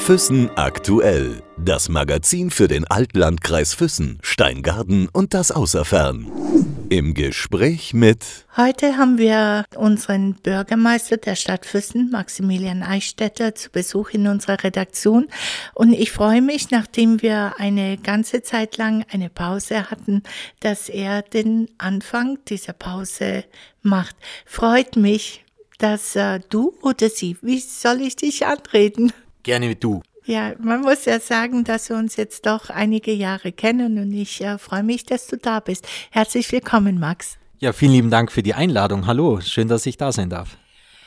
Füssen aktuell. Das Magazin für den Altlandkreis Füssen, Steingarten und das Außerfern. Im Gespräch mit... Heute haben wir unseren Bürgermeister der Stadt Füssen, Maximilian Eichstätter, zu Besuch in unserer Redaktion. Und ich freue mich, nachdem wir eine ganze Zeit lang eine Pause hatten, dass er den Anfang dieser Pause macht. Freut mich, dass du oder sie, wie soll ich dich anreden? Gerne mit du. Ja, man muss ja sagen, dass wir uns jetzt doch einige Jahre kennen und ich freue mich, dass du da bist. Herzlich willkommen, Max. Ja, vielen lieben Dank für die Einladung. Hallo, schön, dass ich da sein darf.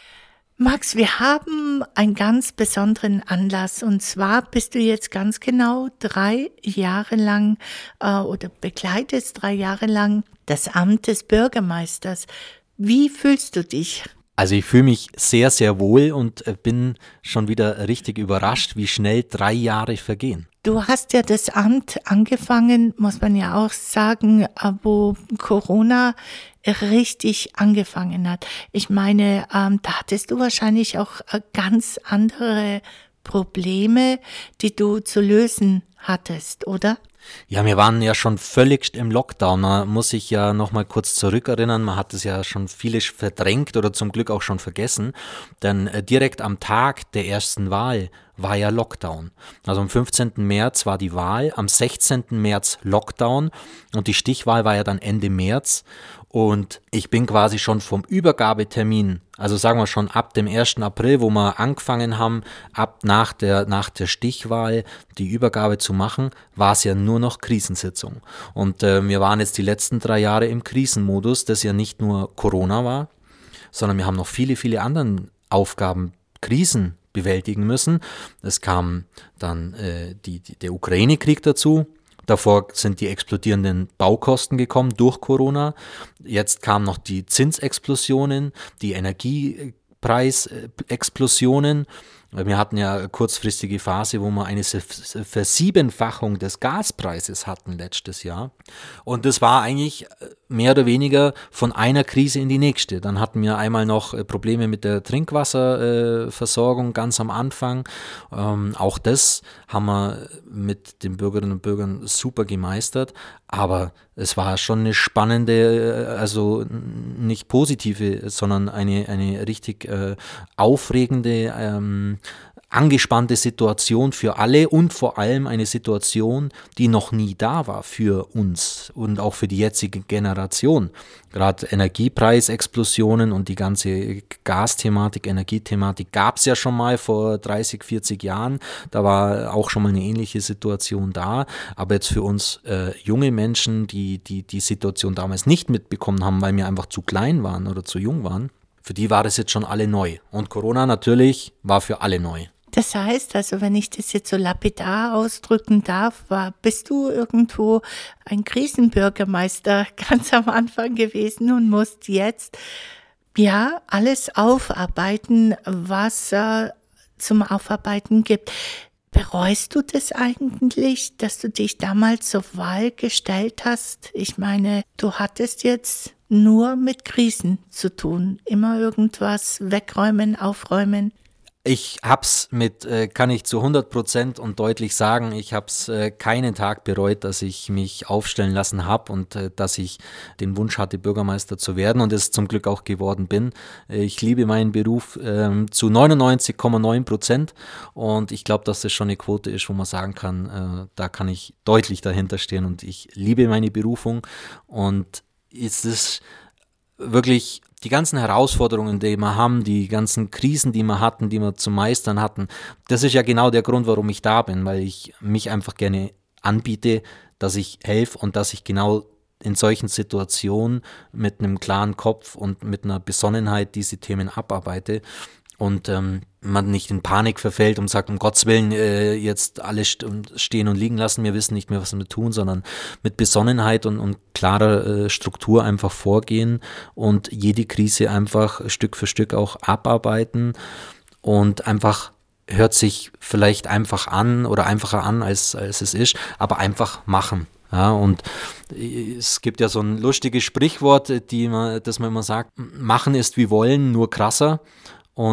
Max, wir haben einen ganz besonderen Anlass und zwar bist du jetzt ganz genau 3 Jahre lang oder bekleidest 3 Jahre lang das Amt des Bürgermeisters. Wie fühlst du dich? Also ich fühle mich sehr, sehr wohl und bin schon wieder richtig überrascht, wie schnell 3 Jahre vergehen. Du hast ja das Amt angefangen, muss man ja auch sagen, wo Corona richtig angefangen hat. Ich meine, da hattest du wahrscheinlich auch ganz andere Probleme, die du zu lösen hattest, oder? Ja, wir waren ja schon völlig im Lockdown. Man muss sich ja nochmal kurz zurückerinnern. Man hat es ja schon vieles verdrängt oder zum Glück auch schon vergessen. Denn direkt am Tag der ersten Wahl war ja Lockdown. Also am 15. März war die Wahl, am 16. März Lockdown und die Stichwahl war ja dann Ende März. Und ich bin quasi schon vom Übergabetermin, also sagen wir schon ab dem 1. April, wo wir angefangen haben, nach der Stichwahl die Übergabe zu machen, war es ja nur noch Krisensitzung. Und wir waren jetzt die letzten 3 Jahre im Krisenmodus, das ja nicht nur Corona war, sondern wir haben noch viele, viele andere Aufgaben, Krisen bewältigen müssen. Es kam dann der Ukraine-Krieg dazu. Davor sind die explodierenden Baukosten gekommen durch Corona. Jetzt kamen noch die Zinsexplosionen, die Energiepreisexplosionen. Wir hatten ja eine kurzfristige Phase, wo wir eine Versiebenfachung des Gaspreises hatten letztes Jahr. Und das war eigentlich mehr oder weniger von einer Krise in die nächste. Dann hatten wir einmal noch Probleme mit der Trinkwasserversorgung ganz am Anfang. Auch das haben wir mit den Bürgerinnen und Bürgern super gemeistert. Aber es war schon eine spannende, also nicht positive, sondern eine richtig aufregende, angespannte Situation für alle und vor allem eine Situation, die noch nie da war für uns und auch für die jetzige Generation. Gerade Energiepreisexplosionen und die ganze Gasthematik, Energiethematik gab es ja schon mal vor 30, 40 Jahren. Da war auch schon mal eine ähnliche Situation da. Aber jetzt für uns junge Menschen, die Situation damals nicht mitbekommen haben, weil wir einfach zu klein waren oder zu jung waren, für die war das jetzt schon alle neu. Und Corona natürlich war für alle neu. Das heißt, also wenn ich das jetzt so lapidar ausdrücken darf, bist du irgendwo ein Krisenbürgermeister ganz am Anfang gewesen und musst jetzt ja alles aufarbeiten, was zum Aufarbeiten gibt. Bereust du das eigentlich, dass du dich damals zur Wahl gestellt hast? Ich meine, du hattest jetzt nur mit Krisen zu tun, immer irgendwas wegräumen, aufräumen. Ich hab's kann ich zu 100% und deutlich sagen, ich hab's keinen Tag bereut, dass ich mich aufstellen lassen habe und dass ich den Wunsch hatte, Bürgermeister zu werden und es zum Glück auch geworden bin. Ich liebe meinen Beruf zu 99,9% und ich glaube, dass das schon eine Quote ist, wo man sagen kann, da kann ich deutlich dahinter stehen und ich liebe meine Berufung und es ist wirklich die ganzen Herausforderungen, die wir haben, die ganzen Krisen, die wir hatten, die wir zu meistern hatten, das ist ja genau der Grund, warum ich da bin, weil ich mich einfach gerne anbiete, dass ich helfe und dass ich genau in solchen Situationen mit einem klaren Kopf und mit einer Besonnenheit diese Themen abarbeite und man nicht in Panik verfällt und sagt, um Gottes Willen, jetzt alles stehen und liegen lassen, wir wissen nicht mehr, was wir tun, sondern mit Besonnenheit und klarer Struktur einfach vorgehen und jede Krise einfach Stück für Stück auch abarbeiten und einfach hört sich vielleicht einfach an oder einfacher an, als es ist, aber einfach machen. Ja, und es gibt ja so ein lustiges Sprichwort, das man immer sagt, machen ist wie wollen, nur krasser. Und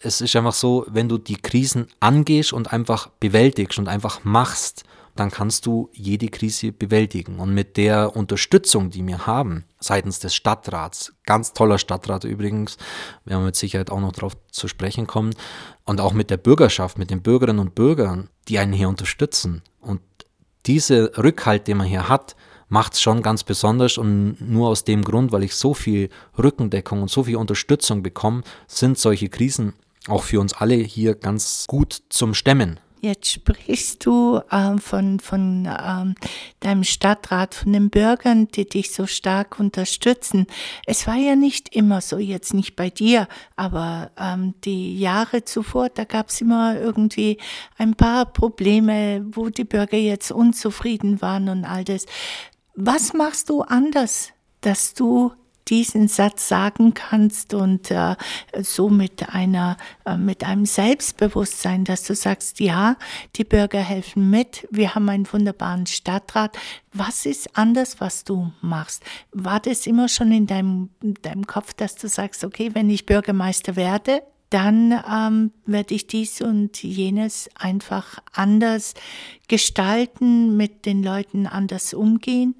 es ist einfach so, wenn du die Krisen angehst und einfach bewältigst und einfach machst, dann kannst du jede Krise bewältigen. Und mit der Unterstützung, die wir haben, seitens des Stadtrats, ganz toller Stadtrat übrigens, werden wir mit Sicherheit auch noch darauf zu sprechen kommen, und auch mit der Bürgerschaft, mit den Bürgerinnen und Bürgern, die einen hier unterstützen. Und diese Rückhalt, den man hier hat, macht es schon ganz besonders, und nur aus dem Grund, weil ich so viel Rückendeckung und so viel Unterstützung bekomme, sind solche Krisen auch für uns alle hier ganz gut zum Stemmen. Jetzt sprichst du von deinem Stadtrat, von den Bürgern, die dich so stark unterstützen. Es war ja nicht immer so, jetzt nicht bei dir, aber die Jahre zuvor, da gab es immer irgendwie ein paar Probleme, wo die Bürger jetzt unzufrieden waren und all das. Was machst du anders, dass du diesen Satz sagen kannst und so mit einem Selbstbewusstsein, dass du sagst, ja, die Bürger helfen mit, wir haben einen wunderbaren Stadtrat. Was ist anders, was du machst? War das immer schon in deinem Kopf, dass du sagst, okay, wenn ich Bürgermeister werde, dann werde ich dies und jenes einfach anders gestalten, mit den Leuten anders umgehen?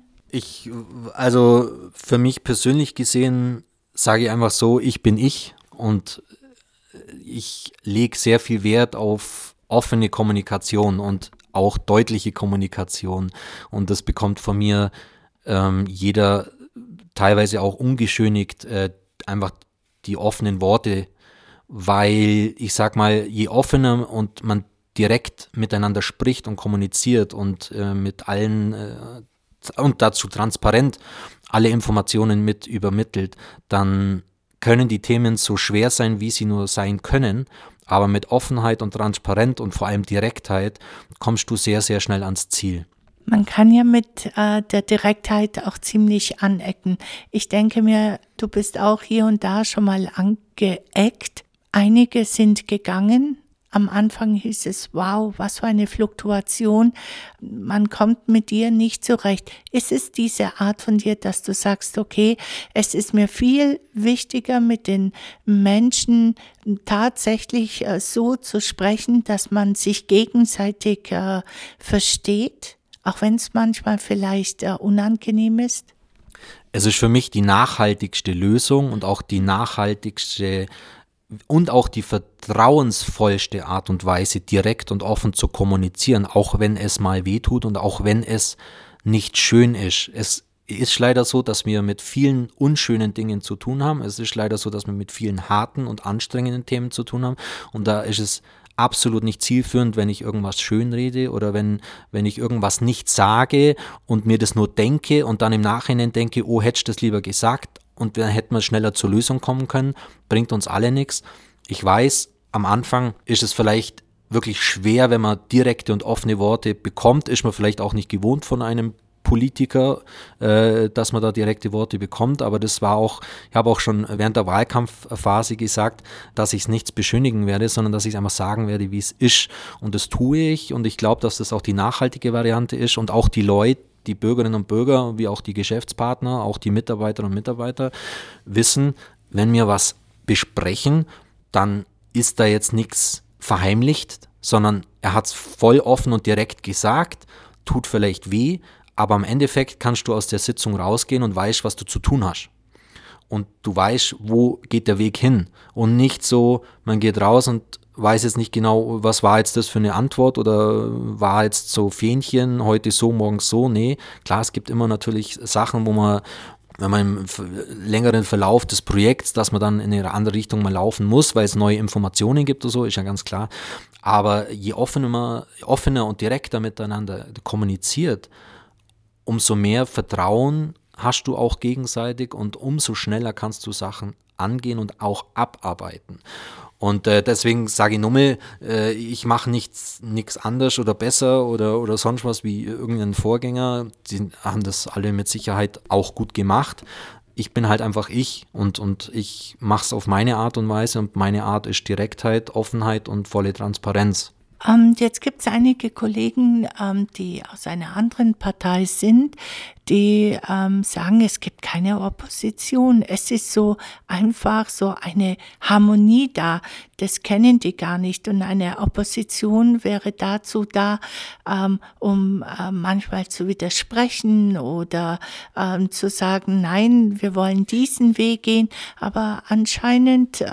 Also für mich persönlich gesehen, sage ich einfach so, ich bin ich, und ich lege sehr viel Wert auf offene Kommunikation und auch deutliche Kommunikation, und das bekommt von mir jeder teilweise auch ungeschönigt einfach die offenen Worte, weil ich sag mal, je offener und man direkt miteinander spricht und kommuniziert und mit allen und dazu transparent alle Informationen mit übermittelt, dann können die Themen so schwer sein, wie sie nur sein können, aber mit Offenheit und Transparenz und vor allem Direktheit kommst du sehr, sehr schnell ans Ziel. Man kann ja mit der Direktheit auch ziemlich anecken. Ich denke mir, du bist auch hier und da schon mal angeeckt. Einige sind gegangen. Am Anfang hieß es, wow, was für eine Fluktuation, man kommt mit dir nicht zurecht. Ist es diese Art von dir, dass du sagst, okay, es ist mir viel wichtiger, mit den Menschen tatsächlich so zu sprechen, dass man sich gegenseitig versteht, auch wenn es manchmal vielleicht unangenehm ist? Es ist für mich die nachhaltigste Lösung und auch die nachhaltigste und auch die vertrauensvollste Art und Weise, direkt und offen zu kommunizieren, auch wenn es mal wehtut und auch wenn es nicht schön ist. Es ist leider so, dass wir mit vielen unschönen Dingen zu tun haben. Es ist leider so, dass wir mit vielen harten und anstrengenden Themen zu tun haben. Und da ist es absolut nicht zielführend, wenn ich irgendwas schönrede oder wenn ich irgendwas nicht sage und mir das nur denke und dann im Nachhinein denke, oh, hättest du das lieber gesagt, und dann hätten wir schneller zur Lösung kommen können, bringt uns alle nichts. Ich weiß, am Anfang ist es vielleicht wirklich schwer, wenn man direkte und offene Worte bekommt, ist man vielleicht auch nicht gewohnt von einem Politiker, dass man da direkte Worte bekommt, aber das war auch, ich habe auch schon während der Wahlkampfphase gesagt, dass ich es nichts beschönigen werde, sondern dass ich es einfach sagen werde, wie es ist, und das tue ich, und ich glaube, dass das auch die nachhaltige Variante ist, und auch die Leute, die Bürgerinnen und Bürger, wie auch die Geschäftspartner, auch die Mitarbeiterinnen und Mitarbeiter wissen, wenn wir was besprechen, dann ist da jetzt nichts verheimlicht, sondern er hat es voll offen und direkt gesagt, tut vielleicht weh, aber im Endeffekt kannst du aus der Sitzung rausgehen und weißt, was du zu tun hast. Und du weißt, wo geht der Weg hin. Und nicht so, man geht raus und weiß jetzt nicht genau, was war jetzt das für eine Antwort oder war jetzt so Fähnchen, heute so, morgen so. Nee, klar, es gibt immer natürlich Sachen, wo man, wenn man im längeren Verlauf des Projekts, dass man dann in eine andere Richtung mal laufen muss, weil es neue Informationen gibt oder so, ist ja ganz klar. Aber je offener und direkter miteinander kommuniziert, umso mehr Vertrauen hast du auch gegenseitig und umso schneller kannst du Sachen angehen und auch abarbeiten. Und deswegen sage ich nochmal, ich mache nichts anders oder besser oder sonst was wie irgendein Vorgänger. Die haben das alle mit Sicherheit auch gut gemacht. Ich bin halt einfach ich und ich mache es auf meine Art und Weise, und meine Art ist Direktheit, Offenheit und volle Transparenz. Jetzt gibt es einige Kollegen, die aus einer anderen Partei sind, die sagen, es gibt keine Opposition. Es ist so einfach so eine Harmonie da. Das kennen die gar nicht. Und eine Opposition wäre dazu da, um manchmal zu widersprechen oder zu sagen, nein, wir wollen diesen Weg gehen. Aber anscheinend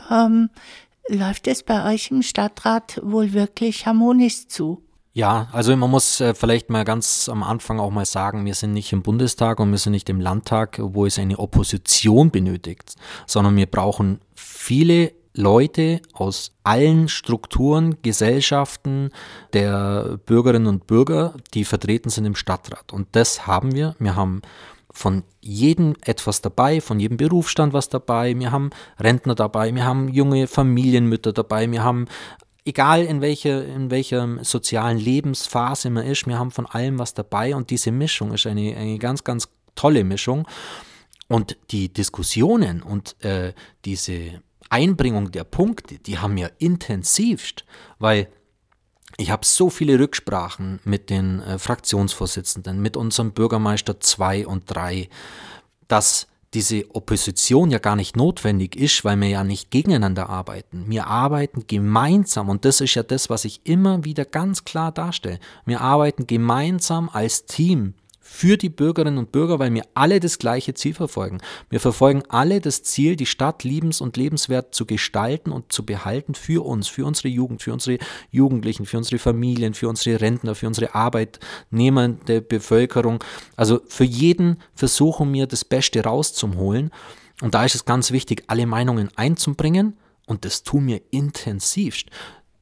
läuft es bei euch im Stadtrat wohl wirklich harmonisch zu? Ja, also man muss vielleicht mal ganz am Anfang auch mal sagen, wir sind nicht im Bundestag und wir sind nicht im Landtag, wo es eine Opposition benötigt, sondern wir brauchen viele Leute aus allen Strukturen, Gesellschaften der Bürgerinnen und Bürger, die vertreten sind im Stadtrat. Und das haben wir. Wir haben von jedem etwas dabei, von jedem Berufsstand was dabei. Wir haben Rentner dabei, wir haben junge Familienmütter dabei, wir haben, egal in welcher sozialen Lebensphase man ist, wir haben von allem was dabei und diese Mischung ist eine ganz, ganz tolle Mischung. Und die Diskussionen und diese Einbringung der Punkte, die haben wir intensivst, weil ich habe so viele Rücksprachen mit den Fraktionsvorsitzenden, mit unserem Bürgermeister 2 und 3, dass diese Opposition ja gar nicht notwendig ist, weil wir ja nicht gegeneinander arbeiten. Wir arbeiten gemeinsam und das ist ja das, was ich immer wieder ganz klar darstelle. Wir arbeiten gemeinsam als Team für die Bürgerinnen und Bürger, weil wir alle das gleiche Ziel verfolgen. Wir verfolgen alle das Ziel, die Stadt liebens- und lebenswert zu gestalten und zu behalten für uns, für unsere Jugend, für unsere Jugendlichen, für unsere Familien, für unsere Rentner, für unsere arbeitnehmende Bevölkerung. Also für jeden versuchen wir das Beste rauszuholen. Und da ist es ganz wichtig, alle Meinungen einzubringen und das tun wir intensivst.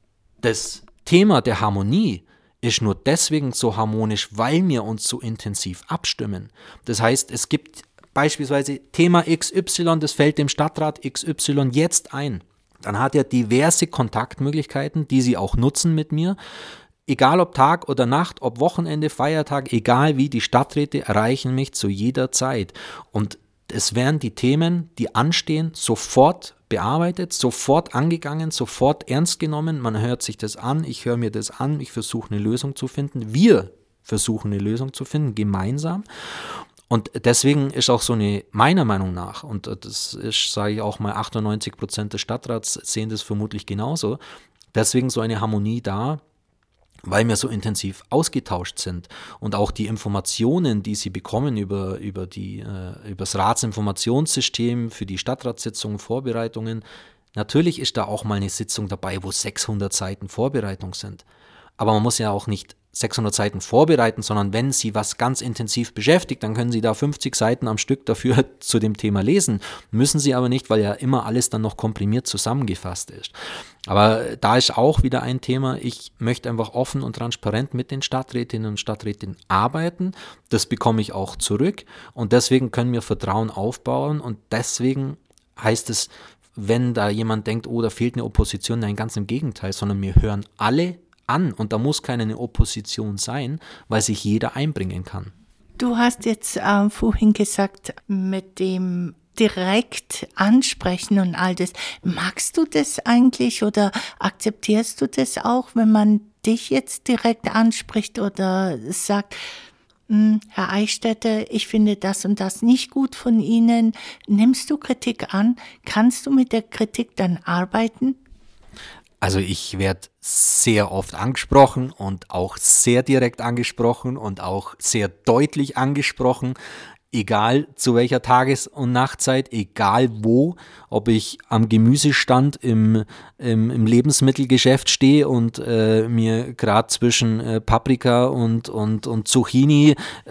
Das Thema der Harmonie ist nur deswegen so harmonisch, weil wir uns so intensiv abstimmen. Das heißt, es gibt beispielsweise Thema XY, das fällt dem Stadtrat XY jetzt ein. Dann hat er diverse Kontaktmöglichkeiten, die sie auch nutzen mit mir. Egal ob Tag oder Nacht, ob Wochenende, Feiertag, egal wie, die Stadträte erreichen mich zu jeder Zeit. Und es werden die Themen, die anstehen, sofort bearbeitet, sofort angegangen, sofort ernst genommen. Man hört sich das an, ich höre mir das an, ich versuche eine Lösung zu finden. Wir versuchen eine Lösung zu finden, gemeinsam. Und deswegen ist auch so eine, meiner Meinung nach, und das ist, sage ich auch mal, 98% des Stadtrats sehen das vermutlich genauso, deswegen so eine Harmonie da, weil wir so intensiv ausgetauscht sind und auch die Informationen, die sie bekommen über das Ratsinformationssystem für die Stadtratssitzungen, Vorbereitungen, natürlich ist da auch mal eine Sitzung dabei, wo 600 Seiten Vorbereitung sind. Aber man muss ja auch nicht 600 Seiten vorbereiten, sondern wenn Sie was ganz intensiv beschäftigt, dann können Sie da 50 Seiten am Stück dafür zu dem Thema lesen. Müssen Sie aber nicht, weil ja immer alles dann noch komprimiert zusammengefasst ist. Aber da ist auch wieder ein Thema, ich möchte einfach offen und transparent mit den Stadträtinnen und Stadträten arbeiten. Das bekomme ich auch zurück und deswegen können wir Vertrauen aufbauen und deswegen heißt es, wenn da jemand denkt, oh, da fehlt eine Opposition, nein, ganz im Gegenteil, sondern wir hören alle an und da muss keine Opposition sein, weil sich jeder einbringen kann. Du hast jetzt vorhin gesagt, mit dem direkt ansprechen und all das. Magst du das eigentlich oder akzeptierst du das auch, wenn man dich jetzt direkt anspricht oder sagt, Herr Eichstätter, ich finde das und das nicht gut von Ihnen. Nimmst du Kritik an? Kannst du mit der Kritik dann arbeiten? Also ich werde sehr oft angesprochen und auch sehr direkt angesprochen und auch sehr deutlich angesprochen, egal zu welcher Tages- und Nachtzeit, egal wo, ob ich am Gemüsestand im Lebensmittelgeschäft stehe und mir gerade zwischen Paprika und Zucchini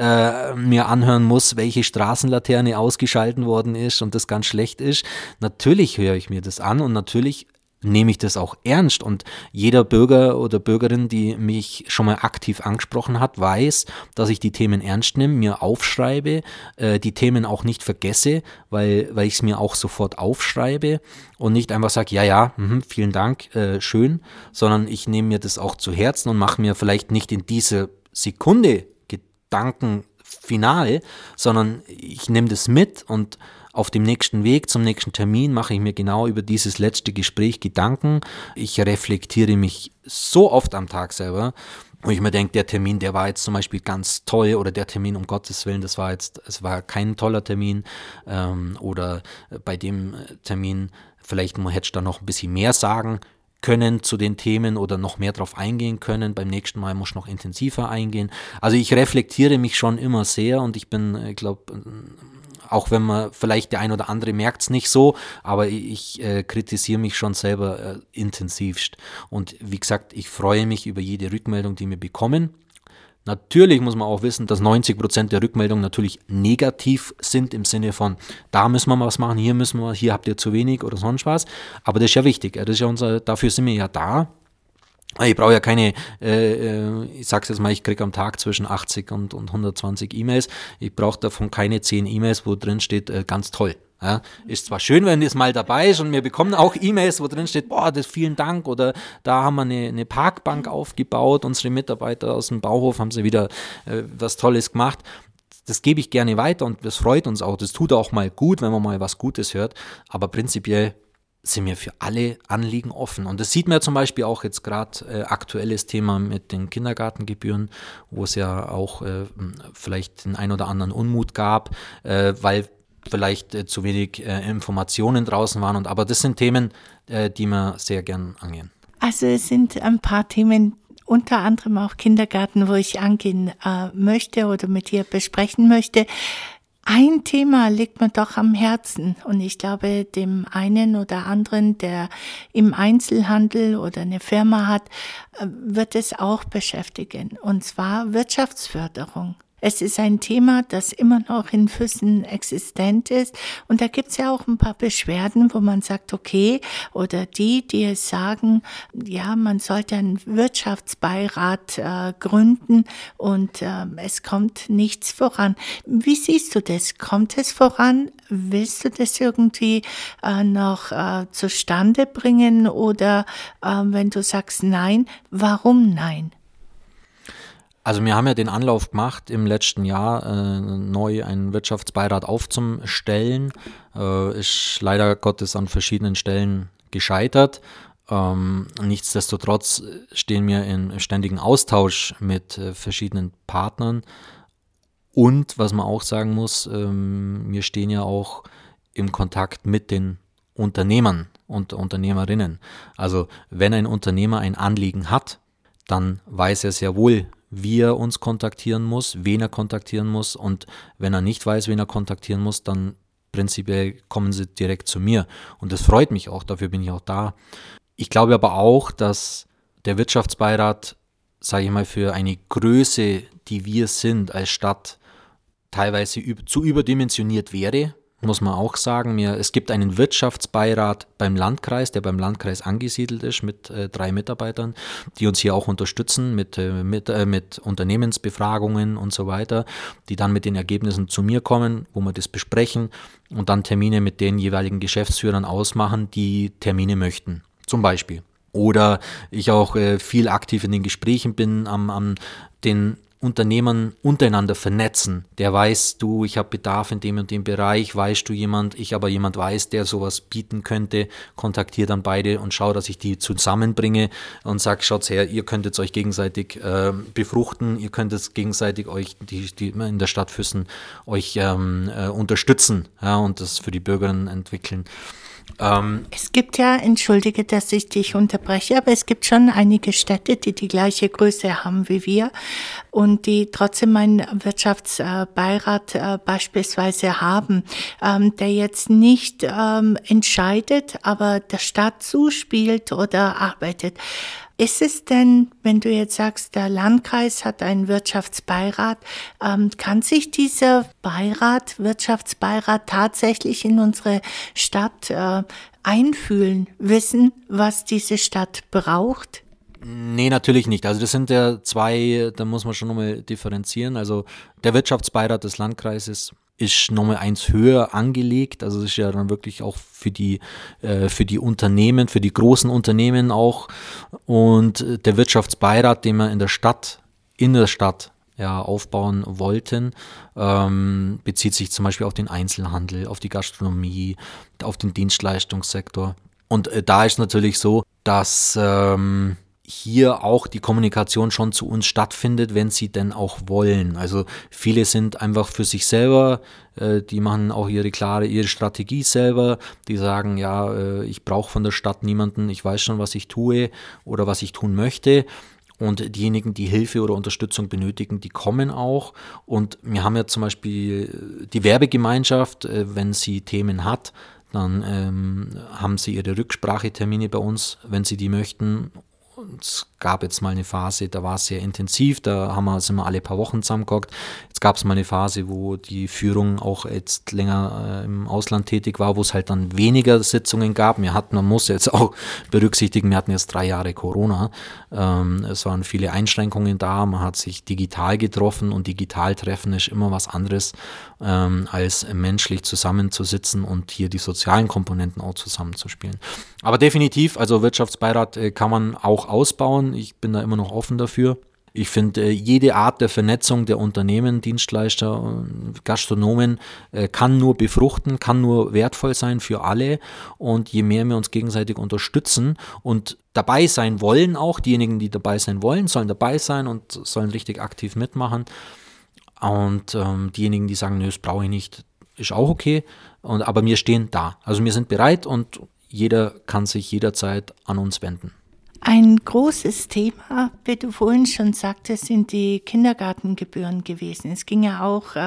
mir anhören muss, welche Straßenlaterne ausgeschalten worden ist und das ganz schlecht ist. Natürlich höre ich mir das an und natürlich nehme ich das auch ernst und jeder Bürger oder Bürgerin, die mich schon mal aktiv angesprochen hat, weiß, dass ich die Themen ernst nehme, mir aufschreibe, die Themen auch nicht vergesse, weil ich es mir auch sofort aufschreibe und nicht einfach sage, ja, vielen Dank, schön, sondern ich nehme mir das auch zu Herzen und mache mir vielleicht nicht in dieser Sekunde Gedanken final, sondern ich nehme das mit und auf dem nächsten Weg zum nächsten Termin mache ich mir genau über dieses letzte Gespräch Gedanken. Ich reflektiere mich so oft am Tag selber, wo ich mir denke, der Termin, der war jetzt zum Beispiel ganz toll, oder der Termin, um Gottes Willen, es war kein toller Termin, oder bei dem Termin, vielleicht hätte ich da noch ein bisschen mehr sagen können zu den Themen oder noch mehr drauf eingehen können. Beim nächsten Mal muss ich noch intensiver eingehen. Also ich reflektiere mich schon immer sehr, und ich bin, ich glaube, auch wenn man vielleicht der ein oder andere merkt es nicht so, aber ich kritisiere mich schon selber intensivst. Und wie gesagt, ich freue mich über jede Rückmeldung, die wir bekommen. Natürlich muss man auch wissen, dass 90% der Rückmeldungen natürlich negativ sind, im Sinne von, da müssen wir was machen, hier habt ihr zu wenig oder sonst was. Aber das ist ja wichtig, das ist ja dafür sind wir ja da. Ich brauche ja keine, ich sag's jetzt mal, ich kriege am Tag zwischen 80 und 120 E-Mails. Ich brauche davon keine 10 E-Mails, wo drin steht, ganz toll. Ja, ist zwar schön, wenn das mal dabei ist, und wir bekommen auch E-Mails, wo drin steht, boah, das vielen Dank, oder da haben wir eine Parkbank aufgebaut, unsere Mitarbeiter aus dem Bauhof haben sie wieder was Tolles gemacht. Das gebe ich gerne weiter, und das freut uns auch. Das tut auch mal gut, wenn man mal was Gutes hört, aber prinzipiell sind wir für alle Anliegen offen. Und das sieht man ja zum Beispiel auch jetzt gerade aktuelles Thema mit den Kindergartengebühren, wo es ja auch vielleicht den ein oder anderen Unmut gab, weil vielleicht zu wenig Informationen draußen waren. Aber das sind Themen, die wir sehr gern angehen. Also es sind ein paar Themen, unter anderem auch Kindergarten, wo ich angehen möchte oder mit dir besprechen möchte. Ein Thema liegt mir doch am Herzen, und ich glaube, dem einen oder anderen, der im Einzelhandel oder eine Firma hat, wird es auch beschäftigen, und zwar Wirtschaftsförderung. Es ist ein Thema, das immer noch in Füssen existent ist, und da gibt es ja auch ein paar Beschwerden, wo man sagt, okay, oder die es sagen, ja, man sollte einen Wirtschaftsbeirat gründen, und es kommt nichts voran. Wie siehst du das? Kommt es voran? Willst du das irgendwie noch zustande bringen, oder wenn du sagst nein, warum nein? Also wir haben ja den Anlauf gemacht, im letzten Jahr neu einen Wirtschaftsbeirat aufzustellen. Ist leider Gottes an verschiedenen Stellen gescheitert. Nichtsdestotrotz stehen wir im ständigen Austausch mit verschiedenen Partnern. Und was man auch sagen muss, wir stehen ja auch im Kontakt mit den Unternehmern und Unternehmerinnen. Also wenn ein Unternehmer ein Anliegen hat, dann weiß er sehr wohl, wie er uns kontaktieren muss, wen er kontaktieren muss, und wenn er nicht weiß, wen er kontaktieren muss, dann prinzipiell kommen sie direkt zu mir, und das freut mich auch, dafür bin ich auch da. Ich glaube aber auch, dass der Wirtschaftsbeirat, sage ich mal, für eine Größe, die wir sind als Stadt, teilweise zu überdimensioniert wäre, muss man auch sagen. Es gibt einen Wirtschaftsbeirat beim Landkreis, der beim Landkreis angesiedelt ist, mit 3 Mitarbeitern, die uns hier auch unterstützen mit Unternehmensbefragungen und so weiter, die dann mit den Ergebnissen zu mir kommen, wo wir das besprechen und dann Termine mit den jeweiligen Geschäftsführern ausmachen, die Termine möchten, zum Beispiel. Oder ich auch viel aktiv in den Gesprächen bin, am den Unternehmern untereinander vernetzen. Der weiß, ich habe Bedarf in dem und dem Bereich, weißt du jemand, ich aber jemand weiß, der sowas bieten könnte, kontaktiere dann beide und schaue, dass ich die zusammenbringe und sage, schaut her, ihr könntet euch gegenseitig befruchten, ihr könntet gegenseitig euch, die in der Stadt Füssen, euch unterstützen, ja, und das für die Bürgerinnen entwickeln. Es gibt ja, entschuldige, dass ich dich unterbreche, aber es gibt schon einige Städte, die die gleiche Größe haben wie wir und die trotzdem einen Wirtschaftsbeirat beispielsweise haben, der jetzt nicht entscheidet, aber der Stadt zuspielt oder arbeitet. Ist es denn, wenn du jetzt sagst, der Landkreis hat einen Wirtschaftsbeirat, kann sich dieser Wirtschaftsbeirat tatsächlich in unsere Stadt einfühlen, wissen, was diese Stadt braucht? Nee, natürlich nicht. Also das sind ja zwei, da muss man schon nochmal differenzieren. Also der Wirtschaftsbeirat des Landkreises ist nochmal eins höher angelegt. Also das ist ja dann wirklich auch für die Unternehmen, für die großen Unternehmen auch. Und der Wirtschaftsbeirat, den man in der Stadt aufbauen wollten. Bezieht sich zum Beispiel auf den Einzelhandel, auf die Gastronomie, auf den Dienstleistungssektor. Und da ist natürlich so, dass hier auch die Kommunikation schon zu uns stattfindet, wenn sie denn auch wollen. Also viele sind einfach für sich selber, die machen auch ihre Strategie selber, die sagen, ja, ich brauche von der Stadt niemanden, ich weiß schon, was ich tue oder was ich tun möchte. Und diejenigen, die Hilfe oder Unterstützung benötigen, die kommen auch. Und wir haben ja zum Beispiel die Werbegemeinschaft, wenn sie Themen hat, dann haben sie ihre Rücksprachetermine bei uns, wenn sie die möchten. Und es gab jetzt mal eine Phase, da war es sehr intensiv, sind wir alle paar Wochen zusammengehockt. Jetzt gab es mal eine Phase, wo die Führung auch jetzt länger im Ausland tätig war, wo es halt dann weniger Sitzungen gab. Man muss jetzt auch berücksichtigen, wir hatten jetzt 3 Jahre Corona. Es waren viele Einschränkungen da, man hat sich digital getroffen und digital treffen ist immer was anderes, als menschlich zusammenzusitzen und hier die sozialen Komponenten auch zusammenzuspielen. Aber definitiv, also Wirtschaftsbeirat kann man auch ausbauen. Ich bin da immer noch offen dafür. Ich finde, jede Art der Vernetzung der Unternehmen, Dienstleister, Gastronomen kann nur befruchten, kann nur wertvoll sein für alle. Und je mehr wir uns gegenseitig unterstützen und dabei sein wollen, auch diejenigen, die dabei sein wollen, sollen dabei sein und sollen richtig aktiv mitmachen. Und diejenigen, die sagen, nö, das brauche ich nicht, ist auch okay. Aber wir stehen da. Also wir sind bereit und jeder kann sich jederzeit an uns wenden. Ein großes Thema, wie du vorhin schon sagtest, sind die Kindergartengebühren gewesen. Es ging ja auch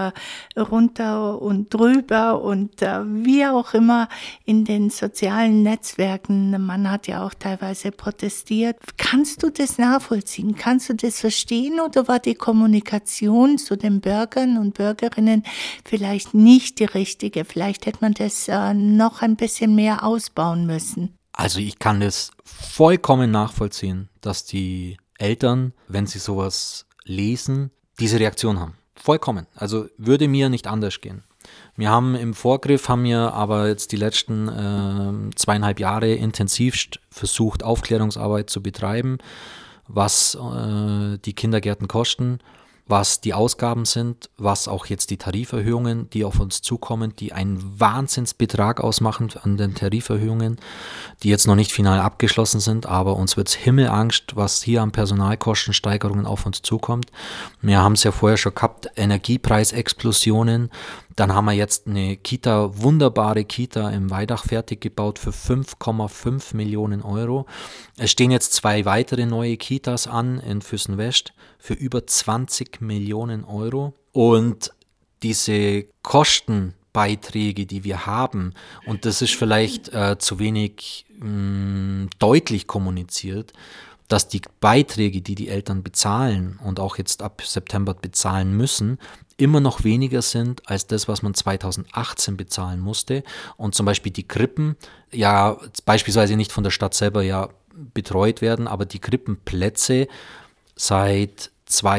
runter und drüber und wie auch immer in den sozialen Netzwerken. Man hat ja auch teilweise protestiert. Kannst du das nachvollziehen? Kannst du das verstehen oder war die Kommunikation zu den Bürgern und Bürgerinnen vielleicht nicht die richtige? Vielleicht hätte man das noch ein bisschen mehr ausbauen müssen. Also ich kann das vollkommen nachvollziehen, dass die Eltern, wenn sie sowas lesen, diese Reaktion haben. Vollkommen. Also würde mir nicht anders gehen. Wir haben im Vorgriff, aber jetzt die letzten 2,5 Jahre intensivst versucht, Aufklärungsarbeit zu betreiben, was die Kindergärten kosten, was die Ausgaben sind, was auch jetzt die Tariferhöhungen, die auf uns zukommen, die einen Wahnsinnsbetrag ausmachen an den Tariferhöhungen, die jetzt noch nicht final abgeschlossen sind, aber uns wird's Himmelangst, was hier an Personalkostensteigerungen auf uns zukommt. Wir haben es ja vorher schon gehabt, Energiepreisexplosionen. Dann haben wir jetzt eine wunderbare Kita im Weidach fertig gebaut für 5,5 Millionen Euro. Es stehen jetzt 2 weitere neue Kitas an in Füssen-West für über 20 Millionen Euro. Und diese Kostenbeiträge, die wir haben, und das ist vielleicht zu wenig deutlich kommuniziert, dass die Beiträge, die die Eltern bezahlen und auch jetzt ab September bezahlen müssen, immer noch weniger sind als das, was man 2018 bezahlen musste. Und zum Beispiel die Krippen, ja beispielsweise nicht von der Stadt selber ja betreut werden, aber die Krippenplätze seit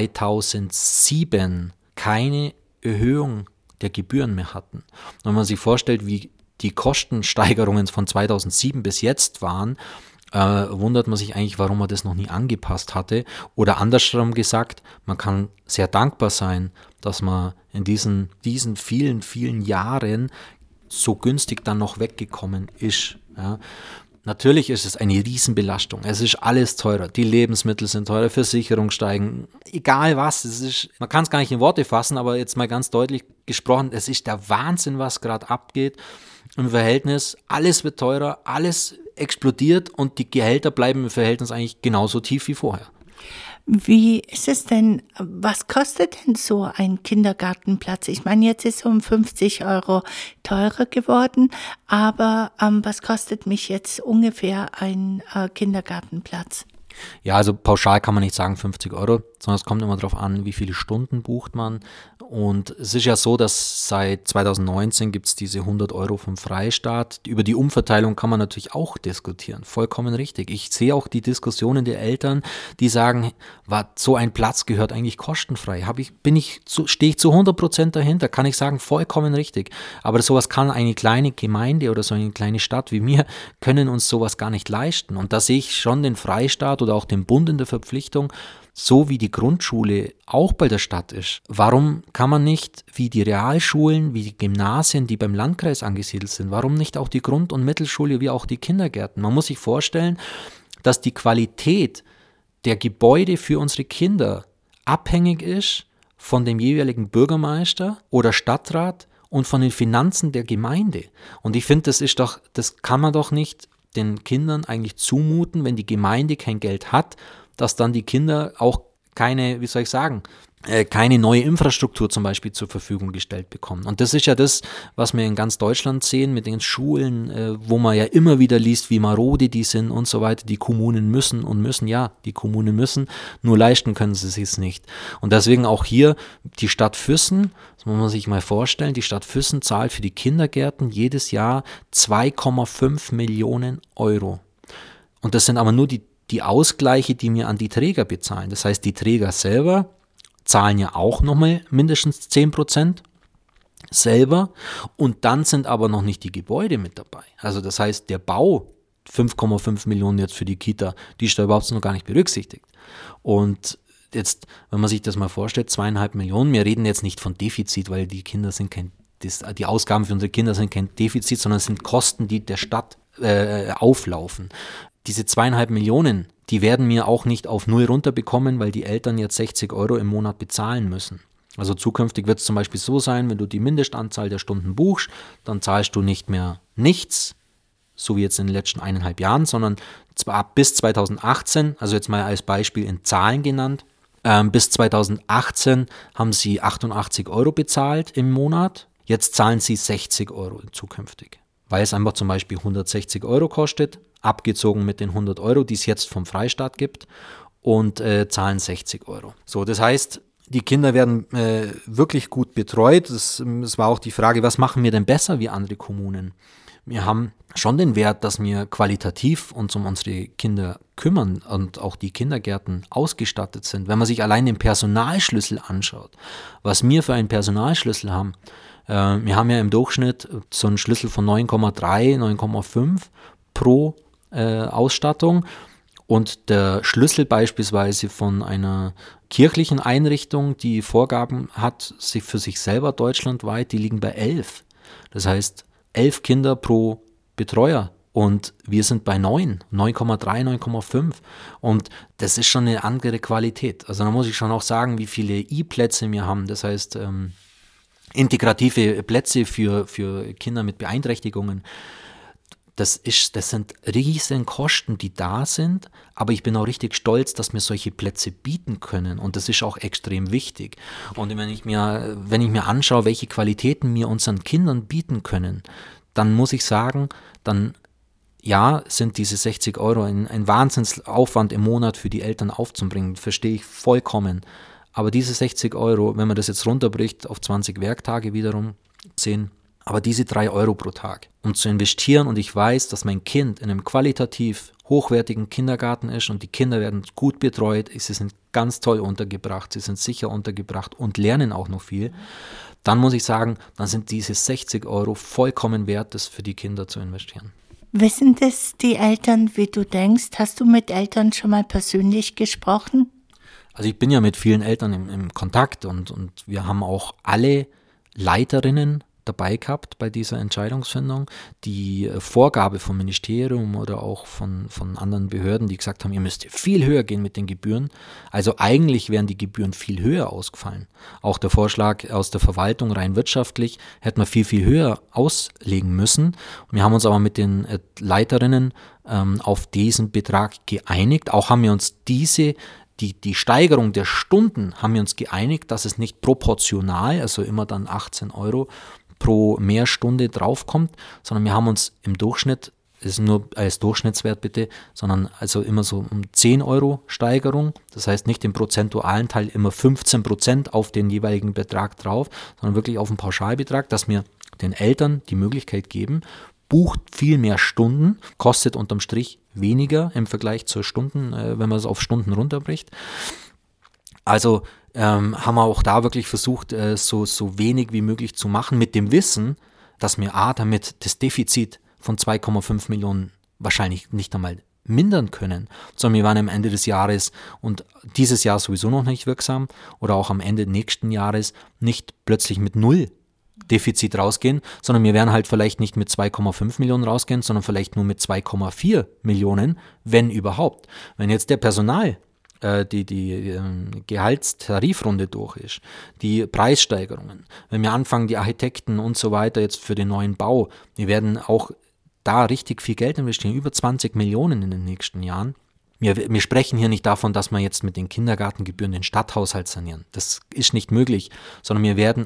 2007 keine Erhöhung der Gebühren mehr hatten. Und wenn man sich vorstellt, wie die Kostensteigerungen von 2007 bis jetzt waren, wundert man sich eigentlich, warum man das noch nie angepasst hatte. Oder andersrum gesagt, man kann sehr dankbar sein, dass man in diesen vielen, vielen Jahren so günstig dann noch weggekommen ist. Ja. Natürlich ist es eine Riesenbelastung. Es ist alles teurer. Die Lebensmittel sind teurer, Versicherungen steigen, egal was. Man kann es gar nicht in Worte fassen, aber jetzt mal ganz deutlich gesprochen, es ist der Wahnsinn, was gerade abgeht. Im Verhältnis, alles wird teurer, alles explodiert und die Gehälter bleiben im Verhältnis eigentlich genauso tief wie vorher. Wie ist es denn, was kostet denn so ein Kindergartenplatz? Ich meine, jetzt ist es um 50 Euro teurer geworden, aber was kostet mich jetzt ungefähr ein Kindergartenplatz? Ja, also pauschal kann man nicht sagen 50 Euro, sondern es kommt immer darauf an, wie viele Stunden bucht man. Und es ist ja so, dass seit 2019 gibt es diese 100 Euro vom Freistaat. Über die Umverteilung kann man natürlich auch diskutieren, vollkommen richtig. Ich sehe auch die Diskussionen der Eltern, die sagen, so ein Platz gehört eigentlich kostenfrei. Stehe ich zu 100% dahinter, kann ich sagen, vollkommen richtig. Aber sowas kann eine kleine Gemeinde oder so eine kleine Stadt wie mir, können uns sowas gar nicht leisten. Und da sehe ich schon den Freistaat oder oder auch dem Bund in der Verpflichtung, so wie die Grundschule auch bei der Stadt ist. Warum kann man nicht, wie die Realschulen, wie die Gymnasien, die beim Landkreis angesiedelt sind, warum nicht auch die Grund- und Mittelschule, wie auch die Kindergärten? Man muss sich vorstellen, dass die Qualität der Gebäude für unsere Kinder abhängig ist von dem jeweiligen Bürgermeister oder Stadtrat und von den Finanzen der Gemeinde. Und ich finde, das kann man doch nicht den Kindern eigentlich zumuten, wenn die Gemeinde kein Geld hat, dass dann die Kinder auch keine neue Infrastruktur zum Beispiel zur Verfügung gestellt bekommen. Und das ist ja das, was wir in ganz Deutschland sehen mit den Schulen, wo man ja immer wieder liest, wie marode die sind und so weiter. Die Kommunen müssen, die Kommunen müssen, nur leisten können sie es nicht. Und deswegen auch hier die Stadt Füssen, das muss man sich mal vorstellen, die Stadt Füssen zahlt für die Kindergärten jedes Jahr 2,5 Millionen Euro. Und das sind aber nur die Ausgleiche, die mir an die Träger bezahlen. Das heißt, die Träger selber zahlen ja auch nochmal mindestens 10% selber und dann sind aber noch nicht die Gebäude mit dabei. Also das heißt, der Bau, 5,5 Millionen jetzt für die Kita, die ist da überhaupt noch gar nicht berücksichtigt. Und jetzt, wenn man sich das mal vorstellt, 2,5 Millionen, wir reden jetzt nicht von Defizit, weil die Ausgaben für unsere Kinder sind kein Defizit, sondern es sind Kosten, die der Stadt auflaufen. Diese 2,5 Millionen, die werden mir auch nicht auf null runterbekommen, weil die Eltern jetzt 60 Euro im Monat bezahlen müssen. Also zukünftig wird es zum Beispiel so sein, wenn du die Mindestanzahl der Stunden buchst, dann zahlst du nicht mehr nichts, so wie jetzt in den letzten 1,5 Jahren, sondern zwar bis 2018, also jetzt mal als Beispiel in Zahlen genannt, bis 2018 haben sie 88 Euro bezahlt im Monat, jetzt zahlen sie 60 Euro zukünftig, weil es einfach zum Beispiel 160 Euro kostet, abgezogen mit den 100 Euro, die es jetzt vom Freistaat gibt, und zahlen 60 Euro. So, das heißt, die Kinder werden wirklich gut betreut. Es war auch die Frage, was machen wir denn besser wie andere Kommunen? Wir haben schon den Wert, dass wir qualitativ uns um unsere Kinder kümmern und auch die Kindergärten ausgestattet sind. Wenn man sich allein den Personalschlüssel anschaut, was wir für einen Personalschlüssel haben, wir haben ja im Durchschnitt so einen Schlüssel von 9,3, 9,5 pro Ausstattung und der Schlüssel beispielsweise von einer kirchlichen Einrichtung, die Vorgaben hat, für sich selber deutschlandweit, die liegen bei 11. Das heißt 11 Kinder pro Betreuer und wir sind bei 9,3, 9,5 und das ist schon eine andere Qualität. Also da muss ich schon auch sagen, wie viele I-Plätze wir haben, das heißt integrative Plätze für Kinder mit Beeinträchtigungen. Das sind riesen Kosten, die da sind, aber ich bin auch richtig stolz, dass wir solche Plätze bieten können und das ist auch extrem wichtig. Und wenn ich mir anschaue, welche Qualitäten wir unseren Kindern bieten können, dann muss ich sagen, dann ja, sind diese 60 Euro ein Wahnsinnsaufwand im Monat für die Eltern aufzubringen, verstehe ich vollkommen. Aber diese 60 Euro, wenn man das jetzt runterbricht auf 20 Werktage wiederum, 10, aber diese 3 Euro pro Tag, um zu investieren und ich weiß, dass mein Kind in einem qualitativ hochwertigen Kindergarten ist und die Kinder werden gut betreut, sie sind ganz toll untergebracht, sie sind sicher untergebracht und lernen auch noch viel, dann muss ich sagen, dann sind diese 60 Euro vollkommen wert, das für die Kinder zu investieren. Wissen das die Eltern, wie du denkst? Hast du mit Eltern schon mal persönlich gesprochen? Also ich bin ja mit vielen Eltern im Kontakt und wir haben auch alle Leiterinnen dabei gehabt bei dieser Entscheidungsfindung. Die Vorgabe vom Ministerium oder auch von anderen Behörden, die gesagt haben, ihr müsst viel höher gehen mit den Gebühren. Also eigentlich wären die Gebühren viel höher ausgefallen. Auch der Vorschlag aus der Verwaltung rein wirtschaftlich hätte man viel, viel höher auslegen müssen. Wir haben uns aber mit den Leiterinnen auf diesen Betrag geeinigt. Auch haben wir uns die Steigerung der Stunden haben wir uns geeinigt, dass es nicht proportional, also immer dann 18 Euro pro Mehrstunde draufkommt, sondern wir haben uns im Durchschnitt, das ist nur als Durchschnittswert bitte, sondern also immer so um 10 Euro Steigerung, das heißt nicht im prozentualen Teil immer 15% auf den jeweiligen Betrag drauf, sondern wirklich auf den Pauschalbetrag, dass wir den Eltern die Möglichkeit geben, bucht viel mehr Stunden, kostet unterm Strich weniger im Vergleich zu Stunden, wenn man es auf Stunden runterbricht. Also haben wir auch da wirklich versucht, so wenig wie möglich zu machen, mit dem Wissen, dass wir damit das Defizit von 2,5 Millionen wahrscheinlich nicht einmal mindern können, sondern wir waren am Ende des Jahres und dieses Jahr sowieso noch nicht wirksam oder auch am Ende nächsten Jahres nicht plötzlich mit 0 Defizit rausgehen, sondern wir werden halt vielleicht nicht mit 2,5 Millionen rausgehen, sondern vielleicht nur mit 2,4 Millionen, wenn überhaupt. Wenn jetzt der Personal die Gehaltstarifrunde durch ist, die Preissteigerungen, wenn wir anfangen, die Architekten und so weiter jetzt für den neuen Bau, wir werden auch da richtig viel Geld investieren, über 20 Millionen in den nächsten Jahren. Wir sprechen hier nicht davon, dass wir jetzt mit den Kindergartengebühren den Stadthaushalt sanieren. Das ist nicht möglich, sondern wir werden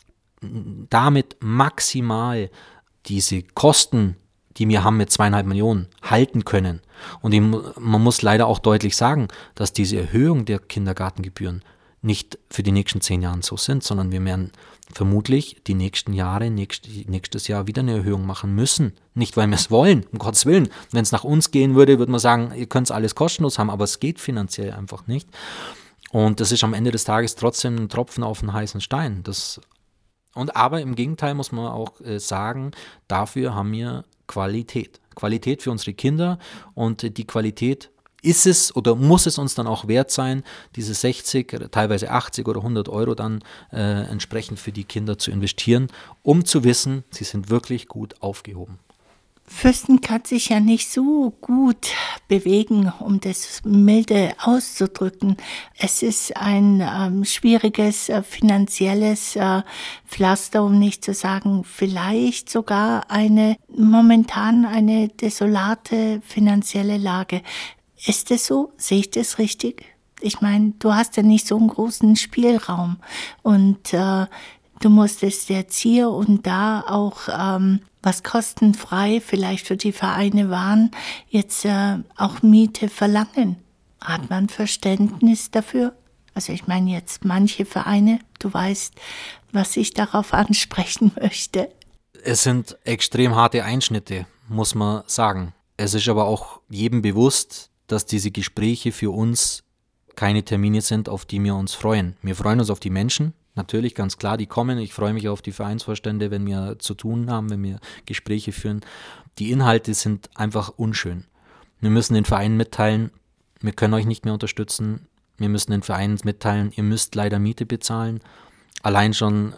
damit maximal diese Kosten, die wir haben mit 2,5 Millionen, halten können. Und man muss leider auch deutlich sagen, dass diese Erhöhung der Kindergartengebühren nicht für die nächsten 10 Jahre so sind, sondern wir werden vermutlich die nächsten Jahre, nächstes Jahr wieder eine Erhöhung machen müssen. Nicht, weil wir es wollen, um Gottes Willen. Wenn es nach uns gehen würde, würde man sagen, ihr könnt es alles kostenlos haben, aber es geht finanziell einfach nicht. Und das ist am Ende des Tages trotzdem ein Tropfen auf einen heißen Stein. Aber im Gegenteil muss man auch sagen, dafür haben wir Qualität. Qualität für unsere Kinder, und die Qualität ist es oder muss es uns dann auch wert sein, diese 60, teilweise 80 oder 100 Euro dann entsprechend für die Kinder zu investieren, um zu wissen, sie sind wirklich gut aufgehoben. Füssen kann sich ja nicht so gut bewegen, um das milde auszudrücken. Es ist ein schwieriges finanzielles Pflaster, um nicht zu sagen, vielleicht sogar momentan eine desolate finanzielle Lage. Ist es so? Sehe ich das richtig? Ich meine, du hast ja nicht so einen großen Spielraum und du musstest jetzt hier und da auch, was kostenfrei vielleicht für die Vereine waren, jetzt auch Miete verlangen. Hat man Verständnis dafür? Also ich meine jetzt manche Vereine, du weißt, was ich darauf ansprechen möchte. Es sind extrem harte Einschnitte, muss man sagen. Es ist aber auch jedem bewusst, dass diese Gespräche für uns keine Termine sind, auf die wir uns freuen. Wir freuen uns auf die Menschen, natürlich, ganz klar, die kommen. Ich freue mich auf die Vereinsvorstände, wenn wir zu tun haben, wenn wir Gespräche führen. Die Inhalte sind einfach unschön. Wir müssen den Vereinen mitteilen, wir können euch nicht mehr unterstützen. Wir müssen den Vereinen mitteilen, ihr müsst leider Miete bezahlen. Allein schon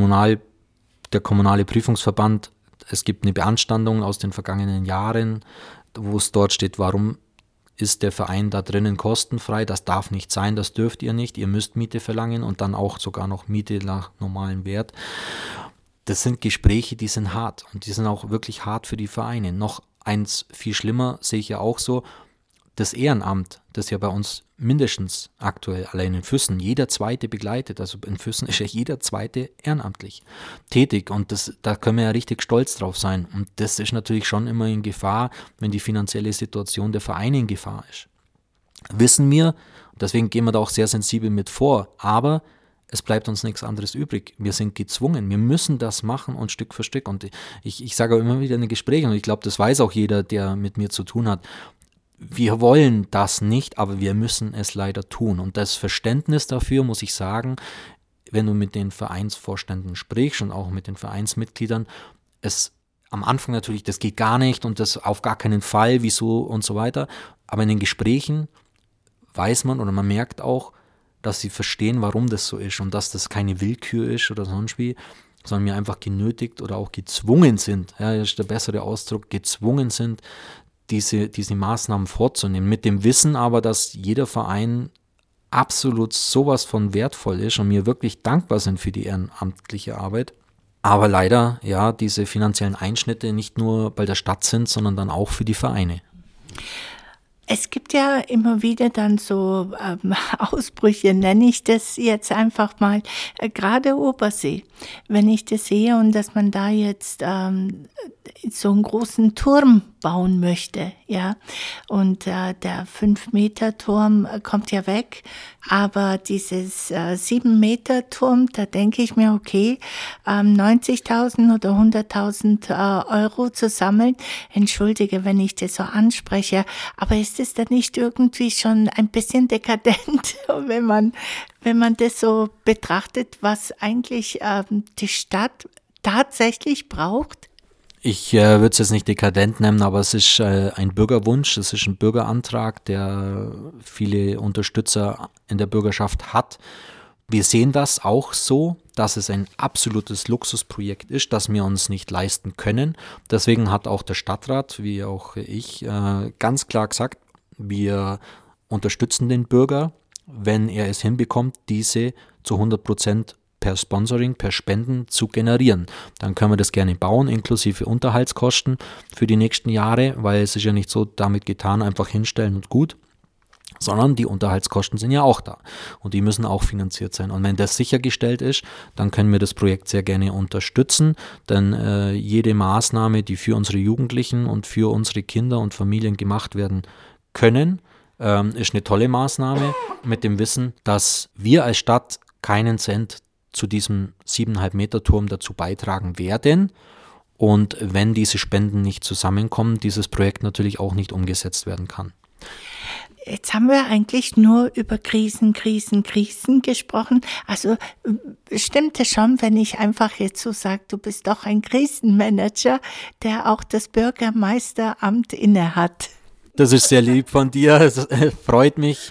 der kommunale Prüfungsverband, es gibt eine Beanstandung aus den vergangenen Jahren, wo es dort steht, warum ist der Verein da drinnen kostenfrei, das darf nicht sein, das dürft ihr nicht, ihr müsst Miete verlangen und dann auch sogar noch Miete nach normalem Wert. Das sind Gespräche, die sind hart und die sind auch wirklich hart für die Vereine. Noch eins viel schlimmer sehe ich ja auch so, das Ehrenamt, das ja bei uns mindestens aktuell allein in Füssen jeder Zweite begleitet, also in Füssen ist ja jeder Zweite ehrenamtlich tätig und da können wir ja richtig stolz drauf sein und das ist natürlich schon immer in Gefahr, wenn die finanzielle Situation der Vereine in Gefahr ist. Wissen wir, deswegen gehen wir da auch sehr sensibel mit vor, aber es bleibt uns nichts anderes übrig. Wir sind gezwungen, wir müssen das machen und Stück für Stück und ich sage auch immer wieder in den Gesprächen und ich glaube, das weiß auch jeder, der mit mir zu tun hat, wir wollen das nicht, aber wir müssen es leider tun. Und das Verständnis dafür, muss ich sagen, wenn du mit den Vereinsvorständen sprichst und auch mit den Vereinsmitgliedern, es am Anfang natürlich, das geht gar nicht und das auf gar keinen Fall, wieso und so weiter. Aber in den Gesprächen weiß man oder man merkt auch, dass sie verstehen, warum das so ist und dass das keine Willkür ist oder sonst wie, sondern wir einfach genötigt oder auch gezwungen sind, ja, das ist der bessere Ausdruck, gezwungen sind, diese Maßnahmen vorzunehmen, mit dem Wissen aber, dass jeder Verein absolut sowas von wertvoll ist und mir wirklich dankbar sind für die ehrenamtliche Arbeit. Aber leider, ja, diese finanziellen Einschnitte nicht nur bei der Stadt sind, sondern dann auch für die Vereine. Es gibt ja immer wieder dann so Ausbrüche, nenne ich das jetzt einfach mal, gerade Obersee. Wenn ich das sehe und dass man da jetzt so einen großen Turm bauen möchte, ja, und der 5-Meter-Turm kommt ja weg, aber dieses 7-Meter-Turm, da denke ich mir, okay, 90.000 oder 100.000 Euro zu sammeln, entschuldige, wenn ich das so anspreche, aber ist es dann nicht irgendwie schon ein bisschen dekadent, wenn man das so betrachtet, was eigentlich die Stadt tatsächlich braucht? Ich würde es jetzt nicht dekadent nennen, aber es ist ein Bürgerwunsch, es ist ein Bürgerantrag, der viele Unterstützer in der Bürgerschaft hat. Wir sehen das auch so, dass es ein absolutes Luxusprojekt ist, das wir uns nicht leisten können. Deswegen hat auch der Stadtrat, wie auch ich, ganz klar gesagt, wir unterstützen den Bürger, wenn er es hinbekommt, diese zu 100% per Sponsoring, per Spenden zu generieren. Dann können wir das gerne bauen, inklusive Unterhaltskosten für die nächsten Jahre, weil es ist ja nicht so damit getan, einfach hinstellen und gut, sondern die Unterhaltskosten sind ja auch da und die müssen auch finanziert sein. Und wenn das sichergestellt ist, dann können wir das Projekt sehr gerne unterstützen, denn jede Maßnahme, die für unsere Jugendlichen und für unsere Kinder und Familien gemacht werden können, ist eine tolle Maßnahme mit dem Wissen, dass wir als Stadt keinen Cent zu diesem 7,5 Meter Turm dazu beitragen werden. Und wenn diese Spenden nicht zusammenkommen, dieses Projekt natürlich auch nicht umgesetzt werden kann. Jetzt haben wir eigentlich nur über Krisen gesprochen. Also stimmt es schon, wenn ich einfach jetzt so sage, du bist doch ein Krisenmanager, der auch das Bürgermeisteramt innehat? Das ist sehr lieb von dir, es freut mich.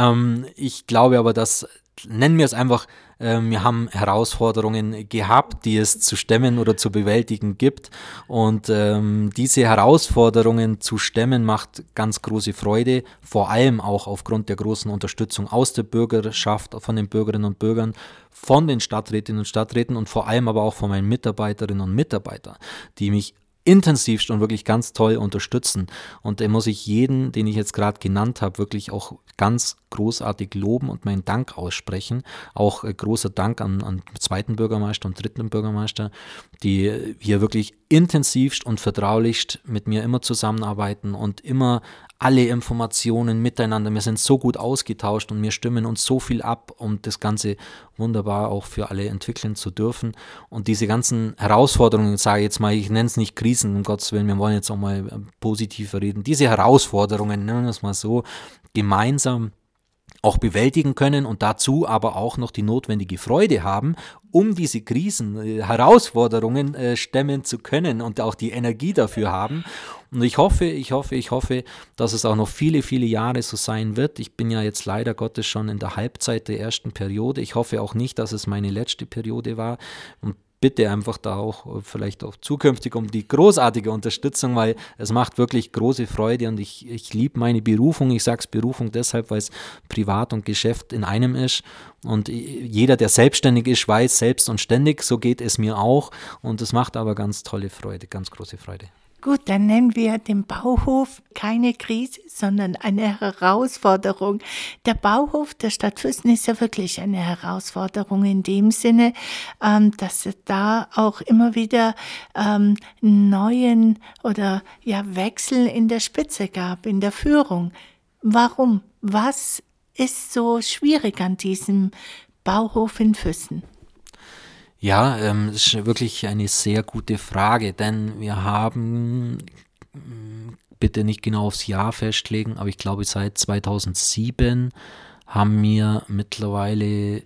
Ich glaube aber, nennen wir es einfach, wir haben Herausforderungen gehabt, die es zu stemmen oder zu bewältigen gibt. Und diese Herausforderungen zu stemmen macht ganz große Freude, vor allem auch aufgrund der großen Unterstützung aus der Bürgerschaft, von den Bürgerinnen und Bürgern, von den Stadträtinnen und Stadträten und vor allem aber auch von meinen Mitarbeiterinnen und Mitarbeitern, die mich intensivst und wirklich ganz toll unterstützen. Und da muss ich jeden, den ich jetzt gerade genannt habe, wirklich auch ganz großartig loben und meinen Dank aussprechen. Auch großer Dank an zweiten Bürgermeister und dritten Bürgermeister, die hier wirklich intensivst und vertraulichst mit mir immer zusammenarbeiten und immer alle Informationen miteinander. Wir sind so gut ausgetauscht und wir stimmen uns so viel ab, um das Ganze wunderbar auch für alle entwickeln zu dürfen. Und diese ganzen Herausforderungen, sage ich jetzt mal, ich nenne es nicht Krisen, um Gottes Willen, wir wollen jetzt auch mal positiver reden. Diese Herausforderungen, nennen wir es mal so, gemeinsam auch bewältigen können und dazu aber auch noch die notwendige Freude haben, um diese Krisen, Herausforderungen stemmen zu können und auch die Energie dafür haben. Und ich hoffe, dass es auch noch viele, viele Jahre so sein wird. Ich bin ja jetzt leider Gottes schon in der Halbzeit der ersten Periode. Ich hoffe auch nicht, dass es meine letzte Periode war und bitte einfach da auch vielleicht auch zukünftig um die großartige Unterstützung, weil es macht wirklich große Freude und ich liebe meine Berufung. Ich sage es Berufung deshalb, weil es Privat und Geschäft in einem ist und jeder, der selbstständig ist, weiß, selbst und ständig, so geht es mir auch und es macht aber ganz tolle Freude, ganz große Freude. Gut, dann nennen wir den Bauhof keine Krise, sondern eine Herausforderung. Der Bauhof der Stadt Füssen ist ja wirklich eine Herausforderung in dem Sinne, dass es da auch immer wieder neuen oder Wechsel in der Spitze gab, in der Führung. Warum? Was ist so schwierig an diesem Bauhof in Füssen? Ja, das ist wirklich eine sehr gute Frage, denn wir haben, bitte nicht genau aufs Jahr festlegen, aber ich glaube seit 2007 haben wir mittlerweile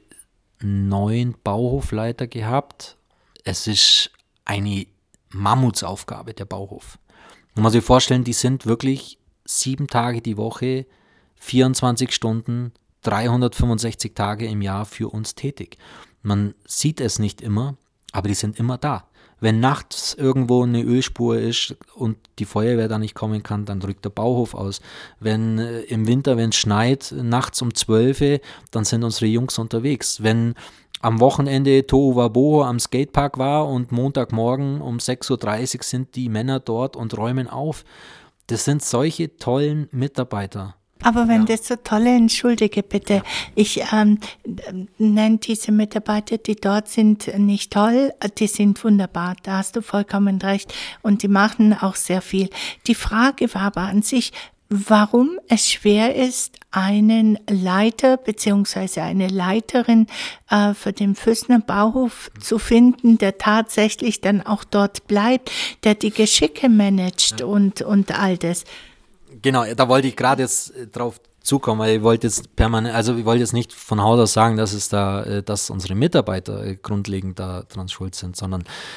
9 Bauhofleiter gehabt. Es ist eine Mammutsaufgabe, der Bauhof. Man muss sich vorstellen, die sind wirklich 7 Tage die Woche, 24 Stunden, 365 Tage im Jahr für uns tätig. Man sieht es nicht immer, aber die sind immer da. Wenn nachts irgendwo eine Ölspur ist und die Feuerwehr da nicht kommen kann, dann rückt der Bauhof aus. Wenn im Winter, wenn es schneit, nachts um 12 Uhr, dann sind unsere Jungs unterwegs. Wenn am Wochenende Tohuwabohu am Skatepark war und Montagmorgen um 6.30 Uhr sind die Männer dort und räumen auf. Das sind solche tollen Mitarbeiter. Aber wenn das so tolle, entschuldige bitte, ich nenne diese Mitarbeiter, die dort sind, nicht toll, die sind wunderbar, da hast du vollkommen recht und die machen auch sehr viel. Die Frage war aber an sich, warum es schwer ist, einen Leiter bzw. eine Leiterin für den Füssener Bauhof zu finden, der tatsächlich dann auch dort bleibt, der die Geschicke managt und all das. Genau, da wollte ich gerade jetzt drauf zukommen, weil ich wollte jetzt nicht von Haus aus sagen, dass unsere Mitarbeiter grundlegend daran schuld sind, sondern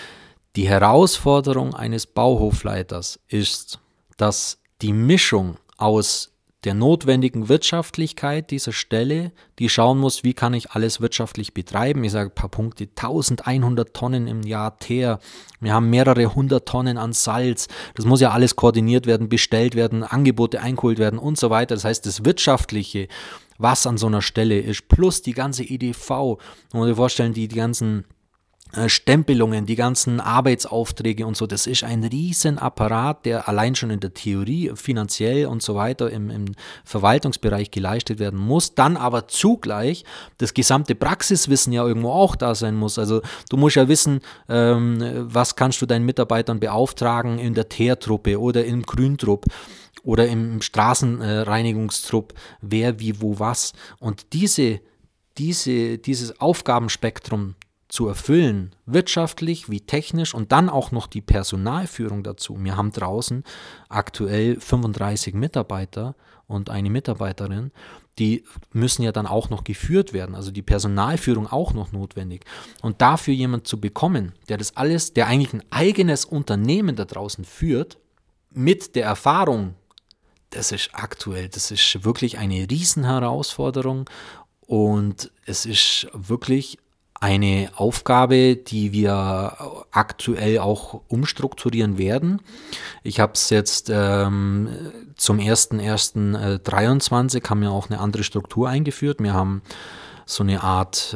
Die Herausforderung eines Bauhofleiters ist, dass die Mischung aus der notwendigen Wirtschaftlichkeit dieser Stelle, die schauen muss, wie kann ich alles wirtschaftlich betreiben. Ich sage ein paar Punkte: 1100 Tonnen im Jahr Teer, wir haben mehrere 100 Tonnen an Salz, das muss ja alles koordiniert werden, bestellt werden, Angebote eingeholt werden und so weiter. Das heißt, das Wirtschaftliche, was an so einer Stelle ist, plus die ganze EDV, man muss sich vorstellen, die ganzen Stempelungen, die ganzen Arbeitsaufträge und so, das ist ein Riesenapparat, der allein schon in der Theorie, finanziell und so weiter im Verwaltungsbereich geleistet werden muss, dann aber zugleich das gesamte Praxiswissen ja irgendwo auch da sein muss. Also du musst ja wissen, was kannst du deinen Mitarbeitern beauftragen in der Teertruppe oder im Grüntrupp oder im Straßenreinigungstrupp, wer, wie, wo, was. Und dieses Aufgabenspektrum zu erfüllen, wirtschaftlich wie technisch, und dann auch noch die Personalführung dazu. Wir haben draußen aktuell 35 Mitarbeiter und eine Mitarbeiterin, die müssen ja dann auch noch geführt werden, also die Personalführung auch noch notwendig. Und dafür jemand zu bekommen, der das alles, der eigentlich ein eigenes Unternehmen da draußen führt, mit der Erfahrung, das ist wirklich eine Riesenherausforderung, und es ist wirklich eine Aufgabe, die wir aktuell auch umstrukturieren werden. Ich habe es jetzt zum 01.01.23 haben wir auch eine andere Struktur eingeführt. Wir haben so eine Art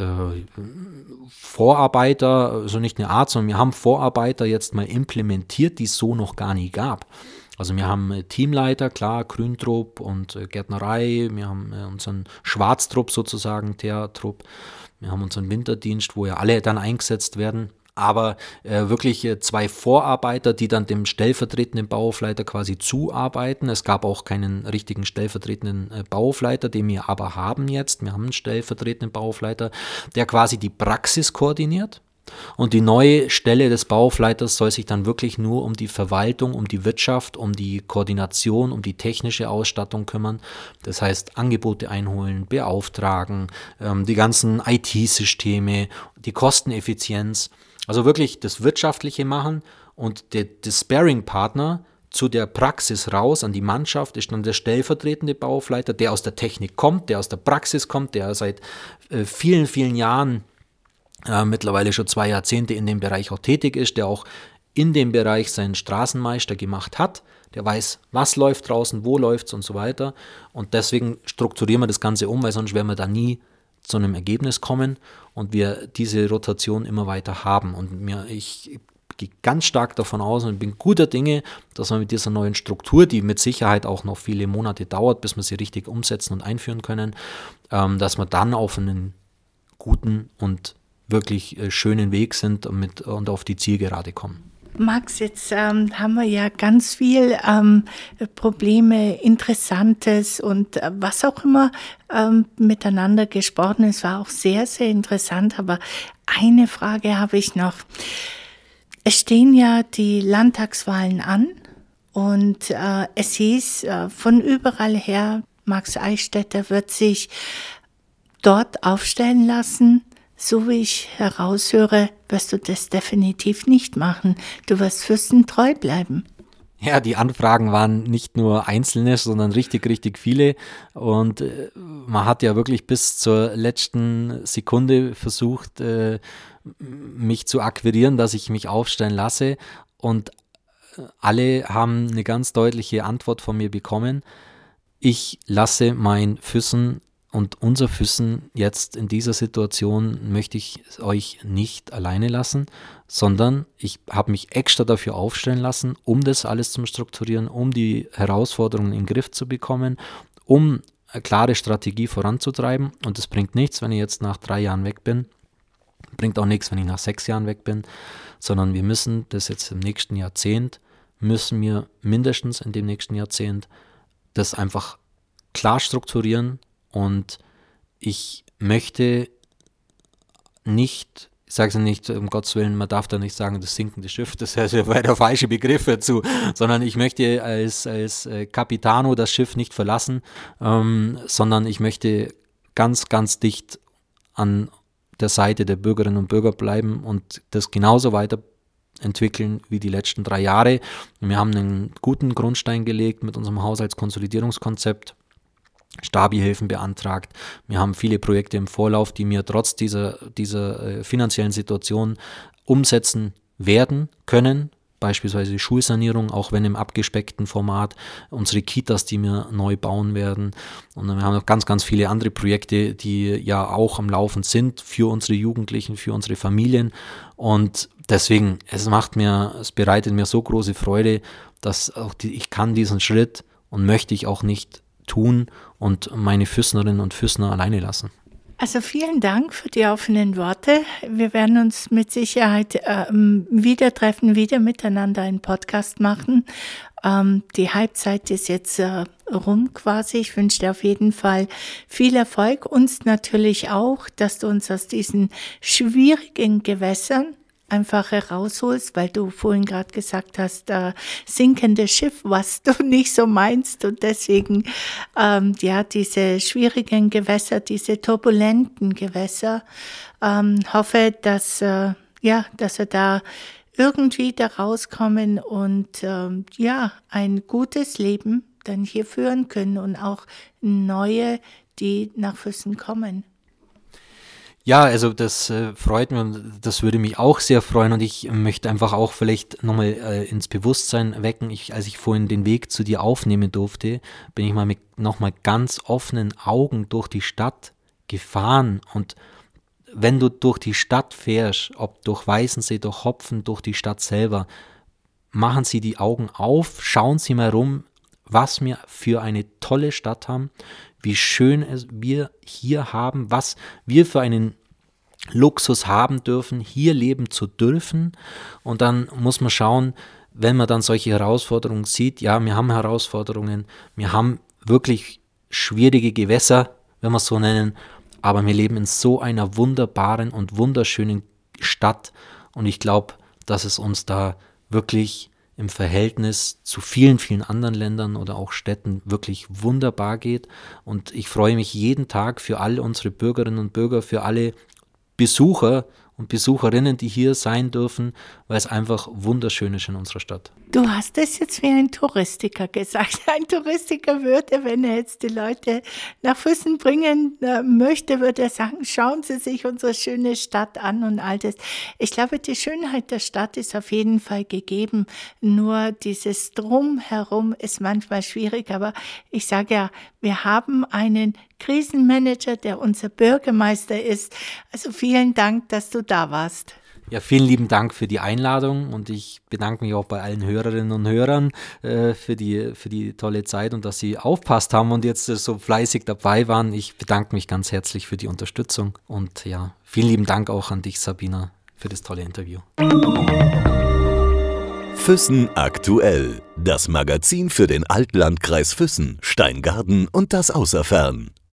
Vorarbeiter, also nicht eine Art, sondern wir haben Vorarbeiter jetzt mal implementiert, die es so noch gar nie gab. Also wir haben Teamleiter, klar, Grüntrupp und Gärtnerei, wir haben unseren Schwarztrupp sozusagen, Teertrupp, wir haben unseren Winterdienst, wo ja alle dann eingesetzt werden, aber wirklich 2 Vorarbeiter, die dann dem stellvertretenden Bauhofleiter quasi zuarbeiten. Es gab auch keinen richtigen stellvertretenden Bauhofleiter, den wir aber haben jetzt. Wir haben einen stellvertretenden Bauhofleiter, der quasi die Praxis koordiniert. Und die neue Stelle des Bauhofleiters soll sich dann wirklich nur um die Verwaltung, um die Wirtschaft, um die Koordination, um die technische Ausstattung kümmern. Das heißt, Angebote einholen, beauftragen, die ganzen IT-Systeme, die Kosteneffizienz. Also wirklich das Wirtschaftliche machen, und der Sparring-Partner zu der Praxis raus an die Mannschaft ist dann der stellvertretende Bauhofleiter, der aus der Technik kommt, der aus der Praxis kommt, der seit vielen, vielen Jahren, mittlerweile schon 2 Jahrzehnte in dem Bereich auch tätig ist, der auch in dem Bereich seinen Straßenmeister gemacht hat, der weiß, was läuft draußen, wo läuft es und so weiter. Und deswegen strukturieren wir das Ganze um, weil sonst werden wir da nie zu einem Ergebnis kommen und wir diese Rotation immer weiter haben. Und ich gehe ganz stark davon aus und bin guter Dinge, dass wir mit dieser neuen Struktur, die mit Sicherheit auch noch viele Monate dauert, bis wir sie richtig umsetzen und einführen können, dass wir dann auf einen guten und wirklich schönen Weg sind und auf die Zielgerade kommen. Max, jetzt haben wir ja ganz viel Probleme, Interessantes und was auch immer miteinander gesprochen. Es war auch sehr, sehr interessant, aber eine Frage habe ich noch. Es stehen ja die Landtagswahlen an und es hieß von überall her, Max Eichstätter wird sich dort aufstellen lassen. So wie ich heraushöre, wirst du das definitiv nicht machen. Du wirst Füssen treu bleiben. Ja, die Anfragen waren nicht nur einzelne, sondern richtig, richtig viele. Und man hat ja wirklich bis zur letzten Sekunde versucht, mich zu akquirieren, dass ich mich aufstellen lasse. Und alle haben eine ganz deutliche Antwort von mir bekommen. Ich lasse mein Füssen und unser Füssen jetzt in dieser Situation möchte ich euch nicht alleine lassen, sondern ich habe mich extra dafür aufstellen lassen, um das alles zu strukturieren, um die Herausforderungen in den Griff zu bekommen, um eine klare Strategie voranzutreiben. Und es bringt nichts, wenn ich jetzt nach 3 Jahren weg bin, bringt auch nichts, wenn ich nach 6 Jahren weg bin, sondern wir müssen das jetzt im nächsten Jahrzehnt, mindestens in dem nächsten Jahrzehnt, das einfach klar strukturieren. Und ich möchte nicht, ich sage es nicht, um Gottes Willen, man darf da nicht sagen, das sinkende Schiff, das ist ja der falsche Begriff dazu, sondern ich möchte als Capitano das Schiff nicht verlassen, sondern ich möchte ganz, ganz dicht an der Seite der Bürgerinnen und Bürger bleiben und das genauso weiter entwickeln wie die letzten 3 Jahre. Wir haben einen guten Grundstein gelegt mit unserem Haushaltskonsolidierungskonzept, Stabi-Hilfen beantragt. Wir haben viele Projekte im Vorlauf, die wir trotz dieser finanziellen Situation umsetzen werden können. Beispielsweise die Schulsanierung, auch wenn im abgespeckten Format, unsere Kitas, die wir neu bauen werden. Und wir haben noch ganz, ganz viele andere Projekte, die ja auch am Laufen sind für unsere Jugendlichen, für unsere Familien. Und deswegen, es bereitet mir so große Freude, dass ich kann diesen Schritt und möchte ich auch nicht tun und meine Füssnerinnen und Füssner alleine lassen. Also vielen Dank für die offenen Worte. Wir werden uns mit Sicherheit wieder treffen, wieder miteinander einen Podcast machen. Die Halbzeit ist jetzt rum quasi. Ich wünsche dir auf jeden Fall viel Erfolg. Uns natürlich auch, dass du uns aus diesen schwierigen Gewässern einfach herausholst, weil du vorhin gerade gesagt hast, sinkende Schiff, was du nicht so meinst, und deswegen diese schwierigen Gewässer, diese turbulenten Gewässer, hoffe, dass wir da irgendwie da rauskommen und ein gutes Leben dann hier führen können und auch neue, die nach Füssen kommen. Ja, also das freut mich und das würde mich auch sehr freuen, und ich möchte einfach auch vielleicht nochmal ins Bewusstsein wecken. Als ich vorhin den Weg zu dir aufnehmen durfte, bin ich mal mit nochmal ganz offenen Augen durch die Stadt gefahren, und wenn du durch die Stadt fährst, ob durch Weißensee, durch Hopfen, durch die Stadt selber, machen Sie die Augen auf, schauen Sie mal rum, was wir für eine tolle Stadt haben, wie schön es wir hier haben, was wir für einen Luxus haben dürfen, hier leben zu dürfen. Und dann muss man schauen, wenn man dann solche Herausforderungen sieht, ja, wir haben Herausforderungen, wir haben wirklich schwierige Gewässer, wenn wir es so nennen, aber wir leben in so einer wunderbaren und wunderschönen Stadt, und ich glaube, dass es uns da wirklich im Verhältnis zu vielen, vielen anderen Ländern oder auch Städten wirklich wunderbar geht. Und ich freue mich jeden Tag für all unsere Bürgerinnen und Bürger, für alle Besucher und Besucherinnen, die hier sein dürfen, weil es einfach wunderschön ist in unserer Stadt. Du hast es jetzt wie ein Touristiker gesagt. Ein Touristiker würde, wenn er jetzt die Leute nach Füssen bringen möchte, würde er sagen, schauen Sie sich unsere schöne Stadt an und all das. Ich glaube, die Schönheit der Stadt ist auf jeden Fall gegeben. Nur dieses Drumherum ist manchmal schwierig. Aber ich sage ja, wir haben einen Krisenmanager, der unser Bürgermeister ist. Also vielen Dank, dass du da warst. Ja, vielen lieben Dank für die Einladung, und ich bedanke mich auch bei allen Hörerinnen und Hörern für die tolle Zeit und dass sie aufpasst haben und jetzt so fleißig dabei waren. Ich bedanke mich ganz herzlich für die Unterstützung, und ja, vielen lieben Dank auch an dich, Sabina, für das tolle Interview. Füssen aktuell. Das Magazin für den Altlandkreis Füssen, Steingarten und das Außerfern.